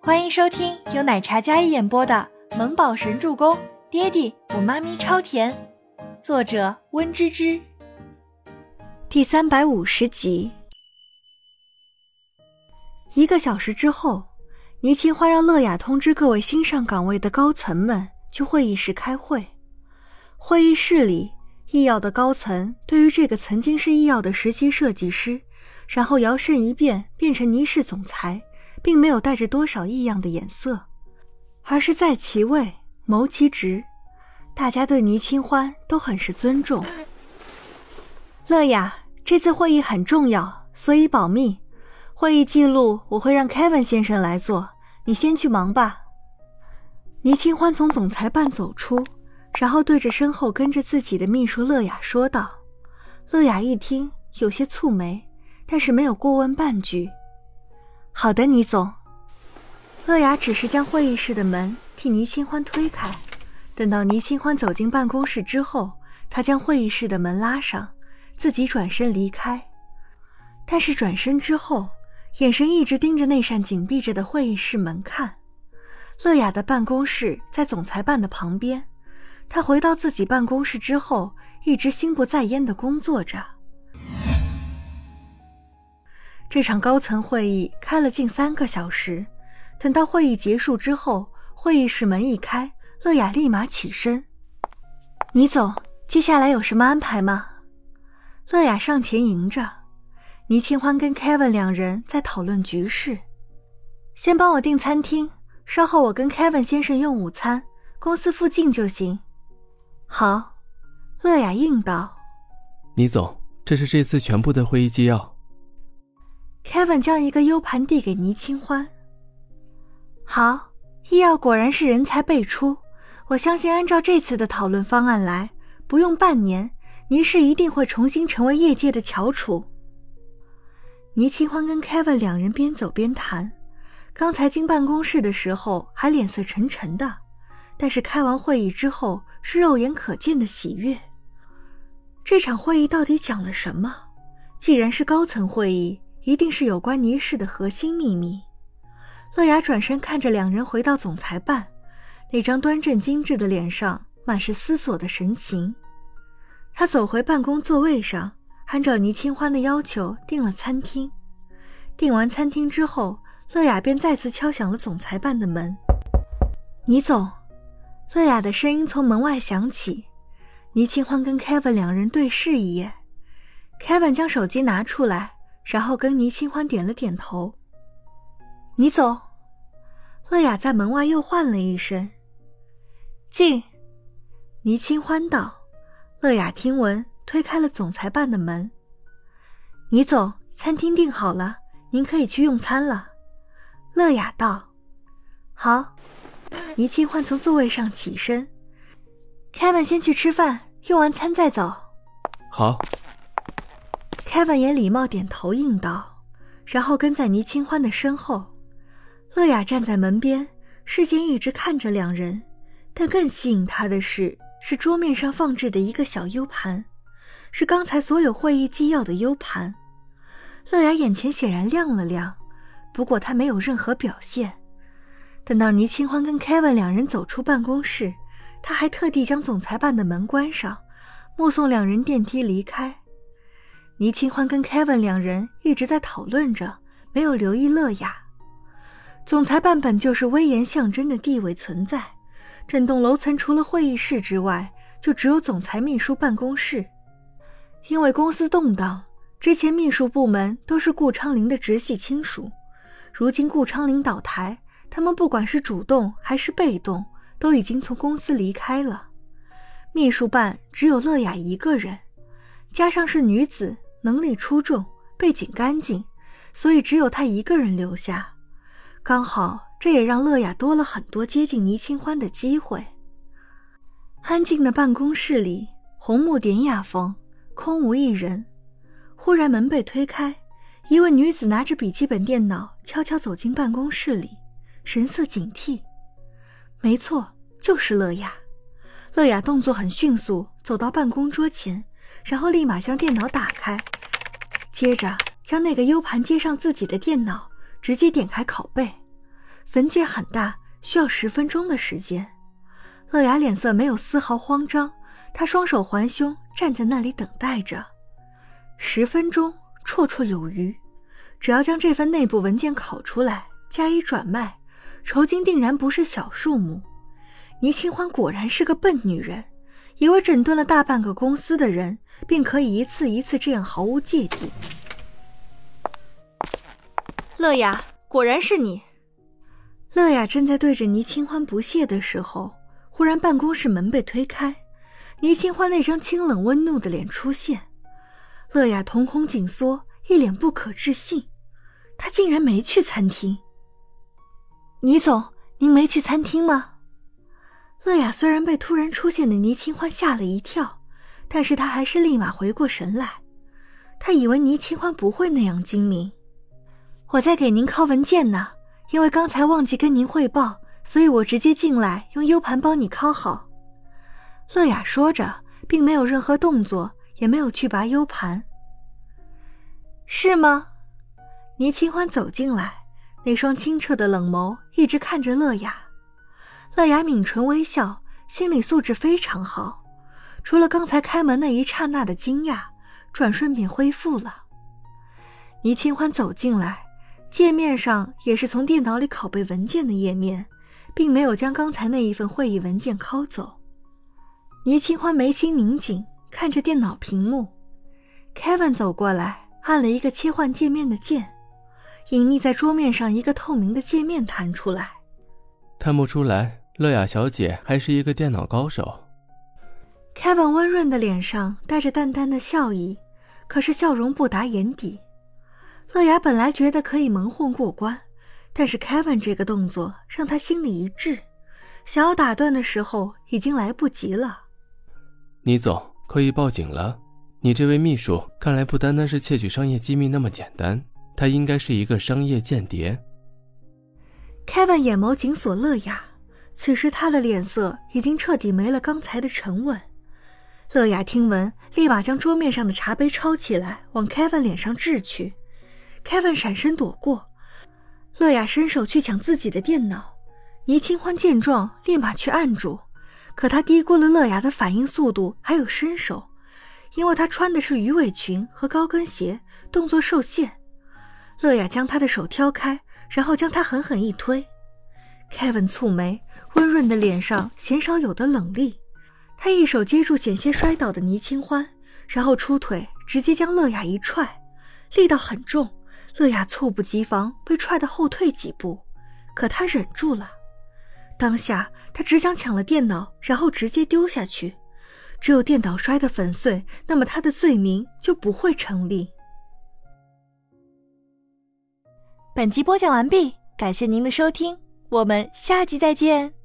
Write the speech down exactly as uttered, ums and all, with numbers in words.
欢迎收听由奶茶嘉一演播的《萌宝神助攻》，爹地我妈咪超甜，作者温芝芝。第三百五十集。一个小时之后，倪清欢让乐雅通知各位新上岗位的高层们去会议室开会。会议室里，医药的高层对于这个曾经是医药的实习设计师，然后摇身一变变成倪氏总裁，并没有带着多少异样的眼色，而是在其位谋其职。大家对倪清欢都很是尊重。乐雅，这次会议很重要，所以保密。会议记录我会让 Kevin 先生来做，你先去忙吧。倪清欢从总裁办走出，然后对着身后跟着自己的秘书乐雅说道。乐雅一听有些蹙眉，但是没有过问半句。好的，倪总。乐雅只是将会议室的门替倪清欢推开，等到倪清欢走进办公室之后，她将会议室的门拉上，自己转身离开。但是转身之后，眼神一直盯着那扇紧闭着的会议室门看。乐雅的办公室在总裁办的旁边，她回到自己办公室之后，一直心不在焉地工作着。这场高层会议开了近三个小时，等到会议结束之后，会议室门一开，乐雅立马起身。倪总，接下来有什么安排吗？乐雅上前迎着。倪清欢跟 Kevin 两人在讨论局势。先帮我订餐厅，稍后我跟 Kevin 先生用午餐，公司附近就行。好，乐雅应道。 倪总，这是这次全部的会议纪要。 Kevin 将一个 U 盘递给倪清欢。好，医药果然是人才辈出，我相信按照这次的讨论方案来，不用半年，倪氏一定会重新成为业界的翘楚。倪清欢跟 Kevin 两人边走边谈，刚才进办公室的时候还脸色沉沉的，但是开完会议之后是肉眼可见的喜悦。这场会议到底讲了什么？既然是高层会议，一定是有关倪氏的核心秘密。乐雅转身看着两人回到总裁办，那张端正精致的脸上满是思索的神情。她走回办公座位上，按照倪清欢的要求订了餐厅。订完餐厅之后，乐雅便再次敲响了总裁办的门。倪总，乐雅的声音从门外响起。倪清欢跟 Kevin 两人对视一眼， Kevin 将手机拿出来，然后跟倪清欢点了点头。倪总。乐雅在门外又唤了一声。进。倪清欢道。乐雅听闻，推开了总裁办的门。倪总，餐厅订好了，您可以去用餐了。乐雅道。好。倪清欢从座位上起身。Kevin 先去吃饭，用完餐再走。 好。 Kevin 也礼貌点头应道，然后跟在倪清欢的身后。乐雅站在门边，视线一直看着两人，但更吸引她的是是桌面上放置的一个小 U 盘，是刚才所有会议纪要的 U 盘。乐雅眼前显然亮了亮，不过她没有任何表现。等到倪清欢跟 Kevin 两人走出办公室，她还特地将总裁办的门关上，目送两人电梯离开。倪清欢跟 Kevin 两人一直在讨论着，没有留意乐雅。总裁办本就是威严象征的地位存在，整栋楼层除了会议室之外，就只有总裁秘书办公室。因为公司动荡，之前秘书部门都是顾昌龄的直系亲属，如今顾昌龄倒台，他们不管是主动还是被动，都已经从公司离开了。秘书办只有乐雅一个人，加上是女子，能力出众，背景干净，所以只有她一个人留下。刚好这也让乐雅多了很多接近倪清欢的机会。安静的办公室里，红木典雅风，空无一人。忽然门被推开，一位女子拿着笔记本电脑悄悄走进办公室里，神色警惕。没错，就是乐雅。乐雅动作很迅速，走到办公桌前，然后立马将电脑打开，接着将那个 U 盘接上自己的电脑，直接点开拷贝。 文件很大，需要十分钟的时间。乐雅脸色没有丝毫慌张，她双手环胸站在那里等待着。十分钟绰绰有余，只要将这份内部文件拷出来，加以转卖，酬金定然不是小数目。倪清欢果然是个笨女人，以为整顿了大半个公司的人便可以一次一次这样毫无芥蒂。乐雅，果然是你。乐雅正在对着倪清欢不屑的时候，忽然办公室门被推开，倪清欢那张清冷温怒的脸出现。乐雅瞳孔紧缩，一脸不可置信，她竟然没去餐厅。倪总，您没去餐厅吗？乐雅虽然被突然出现的倪清欢吓了一跳，但是她还是立马回过神来。她以为倪清欢不会那样精明。我在给您拷文件呢，因为刚才忘记跟您汇报，所以我直接进来用 U 盘帮你拷好。乐雅说着，并没有任何动作，也没有去拔 U 盘。是吗？倪清欢走进来，那双清澈的冷眸一直看着乐雅。乐雅抿唇微笑，心理素质非常好，除了刚才开门那一刹那的惊讶，转瞬便恢复了。倪清欢走进来，界面上也是从电脑里拷贝文件的页面，并没有将刚才那一份会议文件拷走。倪清欢眉心拧紧，看着电脑屏幕。Kevin 走过来，按了一个切换界面的键，隐匿在桌面上一个透明的界面弹出来。 看不出来，乐雅小姐还是一个电脑高手。 Kevin 温润的脸上带着淡淡的笑意，可是笑容不达眼底。乐雅本来觉得可以蒙混过关，但是 Kevin 这个动作让他心里一滞，想要打断的时候已经来不及了。 倪总，可以报警了。你这位秘书看来不单单是窃取商业机密那么简单，他应该是一个商业间谍。 Kevin 眼眸紧锁乐雅，此时他的脸色已经彻底没了刚才的沉稳。乐雅听闻，立马将桌面上的茶杯抄起来往 Kevin 脸上掷去。Kevin 闪身躲过，乐雅伸手去抢自己的电脑，倪清欢见状立马去按住，可他低估了乐雅的反应速度还有身手，因为她穿的是鱼尾裙和高跟鞋，动作受限。乐雅将她的手挑开，然后将她狠狠一推。Kevin 蹙眉，温润的脸上鲜少有的冷厉，他一手接住险些摔倒的倪清欢，然后出腿直接将乐雅一踹，力道很重，乐雅猝不及防被踹得后退几步，可他忍住了。当下他只想抢了电脑，然后直接丢下去，只有电脑摔得粉碎，那么他的罪名就不会成立。本集播讲完毕，感谢您的收听，我们下集再见。